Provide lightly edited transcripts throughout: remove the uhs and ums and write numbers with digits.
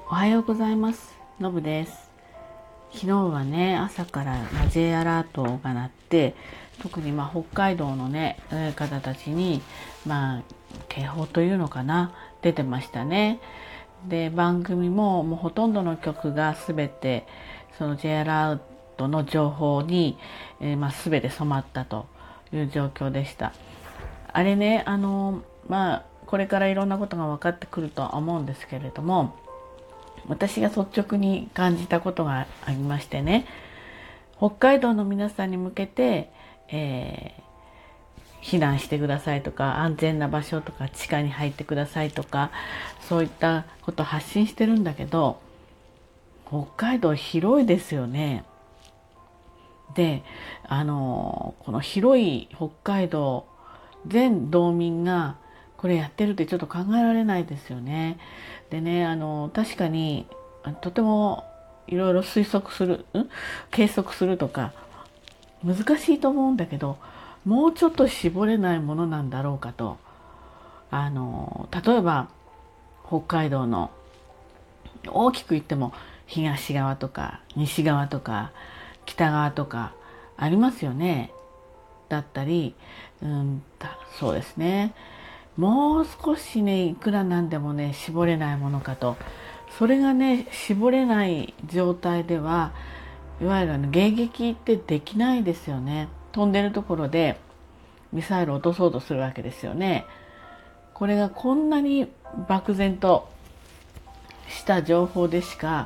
おはようございます。のぶです。昨日はね、朝からJアラートが鳴って、特に北海道のね、方たちに、警報というのかな、出てましたね。で、番組もうほとんどの曲がすべて、その Jアラートの情報に、すべて染まったという状況でした。あれね、これからいろんなことが分かってくるとは思うんですけれども、私が率直に感じたことがありましてね、北海道の皆さんに向けて、避難してくださいとか、安全な場所とか、地下に入ってくださいとか、そういったことを発信してるんだけど、北海道広いですよね。で、この広い北海道、全道民がこれやってるってちょっと考えられないですよね。でね、確かにとてもいろいろ推測する、計測するとか難しいと思うんだけど、もうちょっと絞れないものなんだろうかと。例えば北海道の大きく言っても東側とか西側とか北側とかありますよね。だったり、そうですね。もう少しね、いくらなんでもね、絞れないものかと。それがね、絞れない状態では、いわゆる迎撃ってできないですよね。飛んでるところでミサイルを落とそうとするわけですよね。これがこんなに漠然とした情報でしか、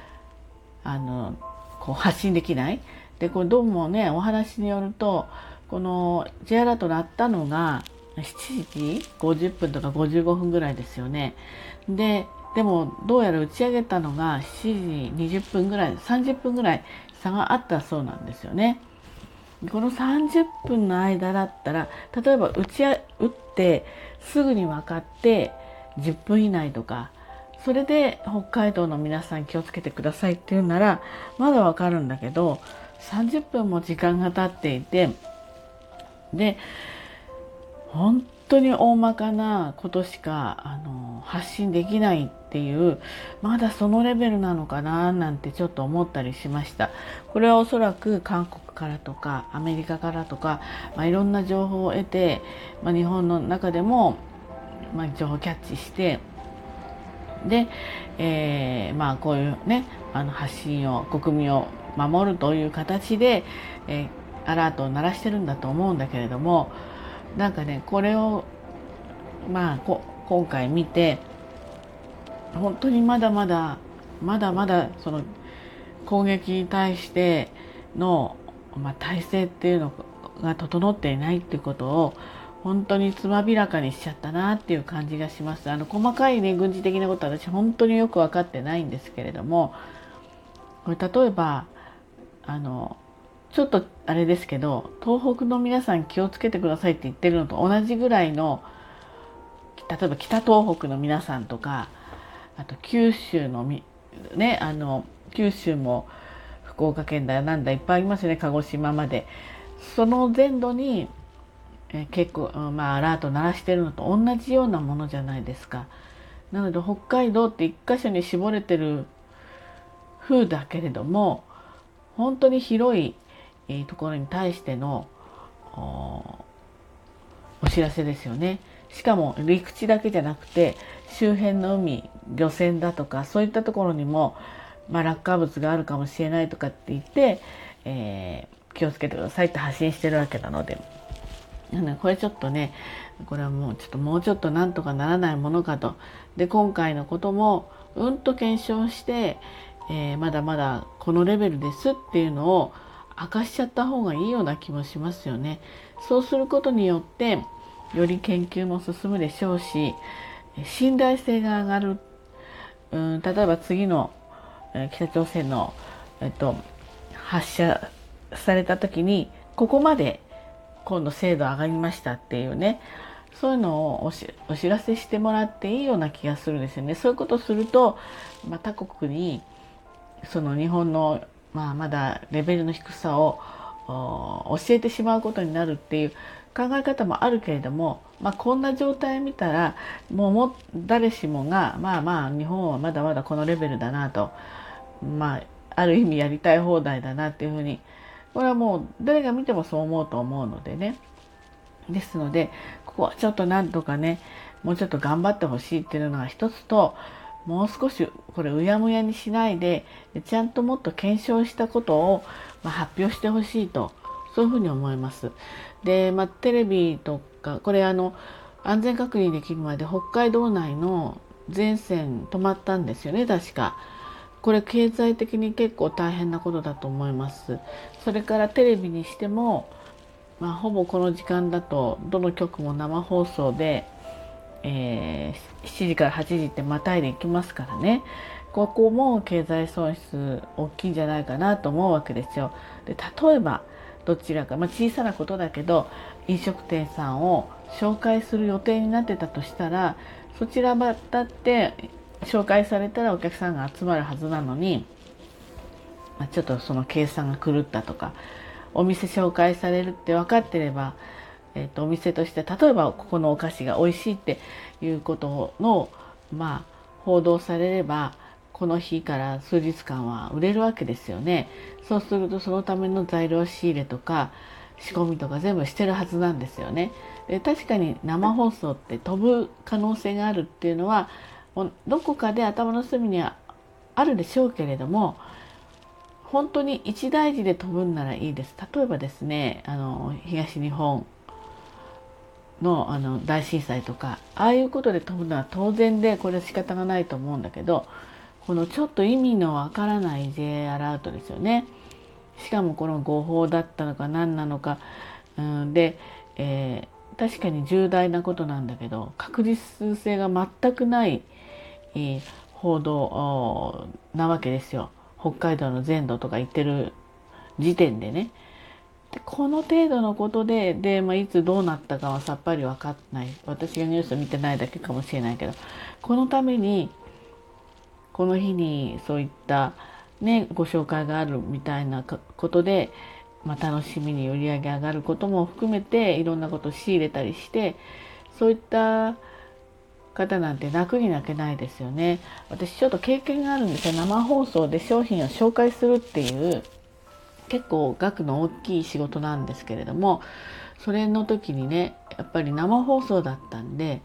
発信できない。で、これどうもね、お話によると、この J アラート鳴ったのが7時50分とか55分ぐらいですよね。でもどうやら打ち上げたのが7時20分ぐらい、30分ぐらい差があったそうなんですよね。この30分の間だったら、例えば打ってすぐに分かって10分以内とか、それで北海道の皆さん気をつけてくださいっていうならまだわかるんだけど、30分も時間が経っていて、で本当に大まかなことしか発信できないっていう、まだそのレベルなのかななんてちょっと思ったりしました。これはおそらく韓国からとかアメリカからとか、いろんな情報を得て、日本の中でも、情報をキャッチして、で、こういうね、発信を、国民を守るという形で、アラートを鳴らしてるんだと思うんだけれども、なんかね、これを今回見て、本当にまだまだその攻撃に対しての、体制っていうのが整っていないっていうことを本当につまびらかにしちゃったなっていう感じがします。細かいね、軍事的なことは私本当によく分かってないんですけれども、これ例えばちょっとあれですけど、東北の皆さん気をつけてくださいって言ってるのと同じぐらいの、例えば北東北の皆さんとか、あと九州のね、九州も福岡県だなんだいっぱいありますよね、鹿児島まで。その全土に結構、アラート鳴らしてるのと同じようなものじゃないですか。なので北海道って一箇所に絞れてる風だけれども、本当に広いところに対してのお知らせですよね。しかも陸地だけじゃなくて周辺の海、漁船だとかそういったところにも、落下物があるかもしれないとかって言って、気をつけてくださいって発信してるわけなので、これちょっとね、これはもうちょっとなんとかならないものかと。で、今回のこともと検証して、まだまだこのレベルですっていうのを明かしちゃった方がいいような気もしますよね。そうすることによってより研究も進むでしょうし、信頼性が上がる。例えば次の北朝鮮の、発射された時にここまで今度精度上がりましたっていうね、そういうのをお知らせしてもらっていいような気がするんですよね。そういうことをすると、他国にその日本の、まだレベルの低さを教えてしまうことになるっていう、 考え方もあるけれども、こんな状態見たらもう誰しもが日本はまだまだこのレベルだなと、ある意味やりたい放題だなっていうふうに、これはもう誰が見てもそう思うと思うのでね。ですのでここはちょっとなんとかね、もうちょっと頑張ってほしいっていうのが一つと、もう少しこれうやむやにしないでちゃんともっと検証したことを発表してほしいと、そういうふうに思います。で、テレビとかこれ安全確認できるまで北海道内の全線止まったんですよね、確か。これ経済的に結構大変なことだと思います。それからテレビにしても、ほぼこの時間だとどの局も生放送で、7時から8時ってまたいでいきますからね。ここも経済損失大きいんじゃないかなと思うわけですよ。で、例えばどちらか、小さなことだけど飲食店さんを紹介する予定になってたとしたら、そちらだって紹介されたらお客さんが集まるはずなのに、ちょっとその計算が狂ったとか、お店紹介されるって分かってれば、お店として例えばここのお菓子が美味しいっていうことの報道されれば、この日から数日間は売れるわけですよね。そうするとそのための材料仕入れとか仕込みとか全部してるはずなんですよね。で、確かに生放送って飛ぶ可能性があるっていうのはどこかで頭の隅にはあるでしょうけれども、本当に一大事で飛ぶんならいいです。例えばですね、東日本の大震災とか、ああいうことで飛ぶのは当然で、これは仕方がないと思うんだけど、このちょっと意味のわからない J アラートですよね。しかもこの誤報だったのか何なのか、で、確かに重大なことなんだけど、確実性が全くない、報道なわけですよ。北海道の全土とか言ってる時点でね。で、この程度のことで、いつどうなったかはさっぱり分かってない。私がニュース見てないだけかもしれないけど、このためにこの日にそういったね、ご紹介があるみたいなことで、楽しみに売り上げ上がることも含めていろんなことを仕入れたりして、そういった方なんて泣くに泣けないですよね。私ちょっと経験があるんですよ。生放送で商品を紹介するっていう結構額の大きい仕事なんですけれども、それの時にね、やっぱり生放送だったんで、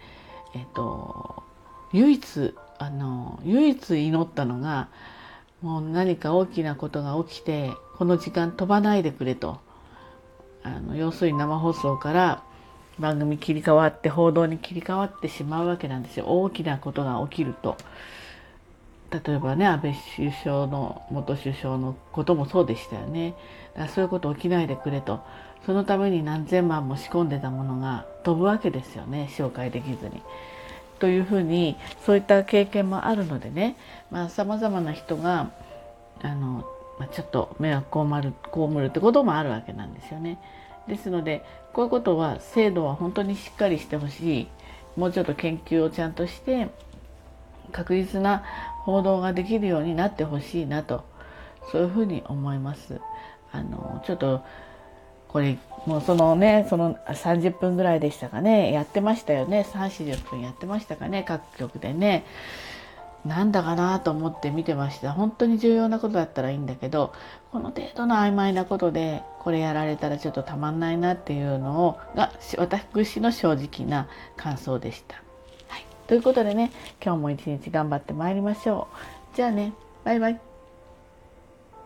唯一祈ったのが、もう何か大きなことが起きてこの時間飛ばないでくれと。要するに生放送から番組切り替わって報道に切り替わってしまうわけなんですよ。大きなことが起きると。例えばね、安倍元首相のこともそうでしたよね。だからそういうこと起きないでくれと。そのために何千万も仕込んでたものが飛ぶわけですよね、紹介できずに。というふうに、そういった経験もあるのでね、様々な人がちょっと迷惑被るってこともあるわけなんですよね。ですので、こういうことは制度は本当にしっかりしてほしい。もうちょっと研究をちゃんとして確実な報道ができるようになってほしいなと、そういうふうに思います。ちょっとこれもうその30分ぐらいでしたかね、やってましたよね。30分やってましたかね、各局でね。なんだかなと思って見てました。本当に重要なことだったらいいんだけど、この程度の曖昧なことでこれやられたらちょっとたまんないなっていうのが私の正直な感想でした。はい、ということでね、今日も一日頑張ってまいりましょう。じゃあね、バイバイ。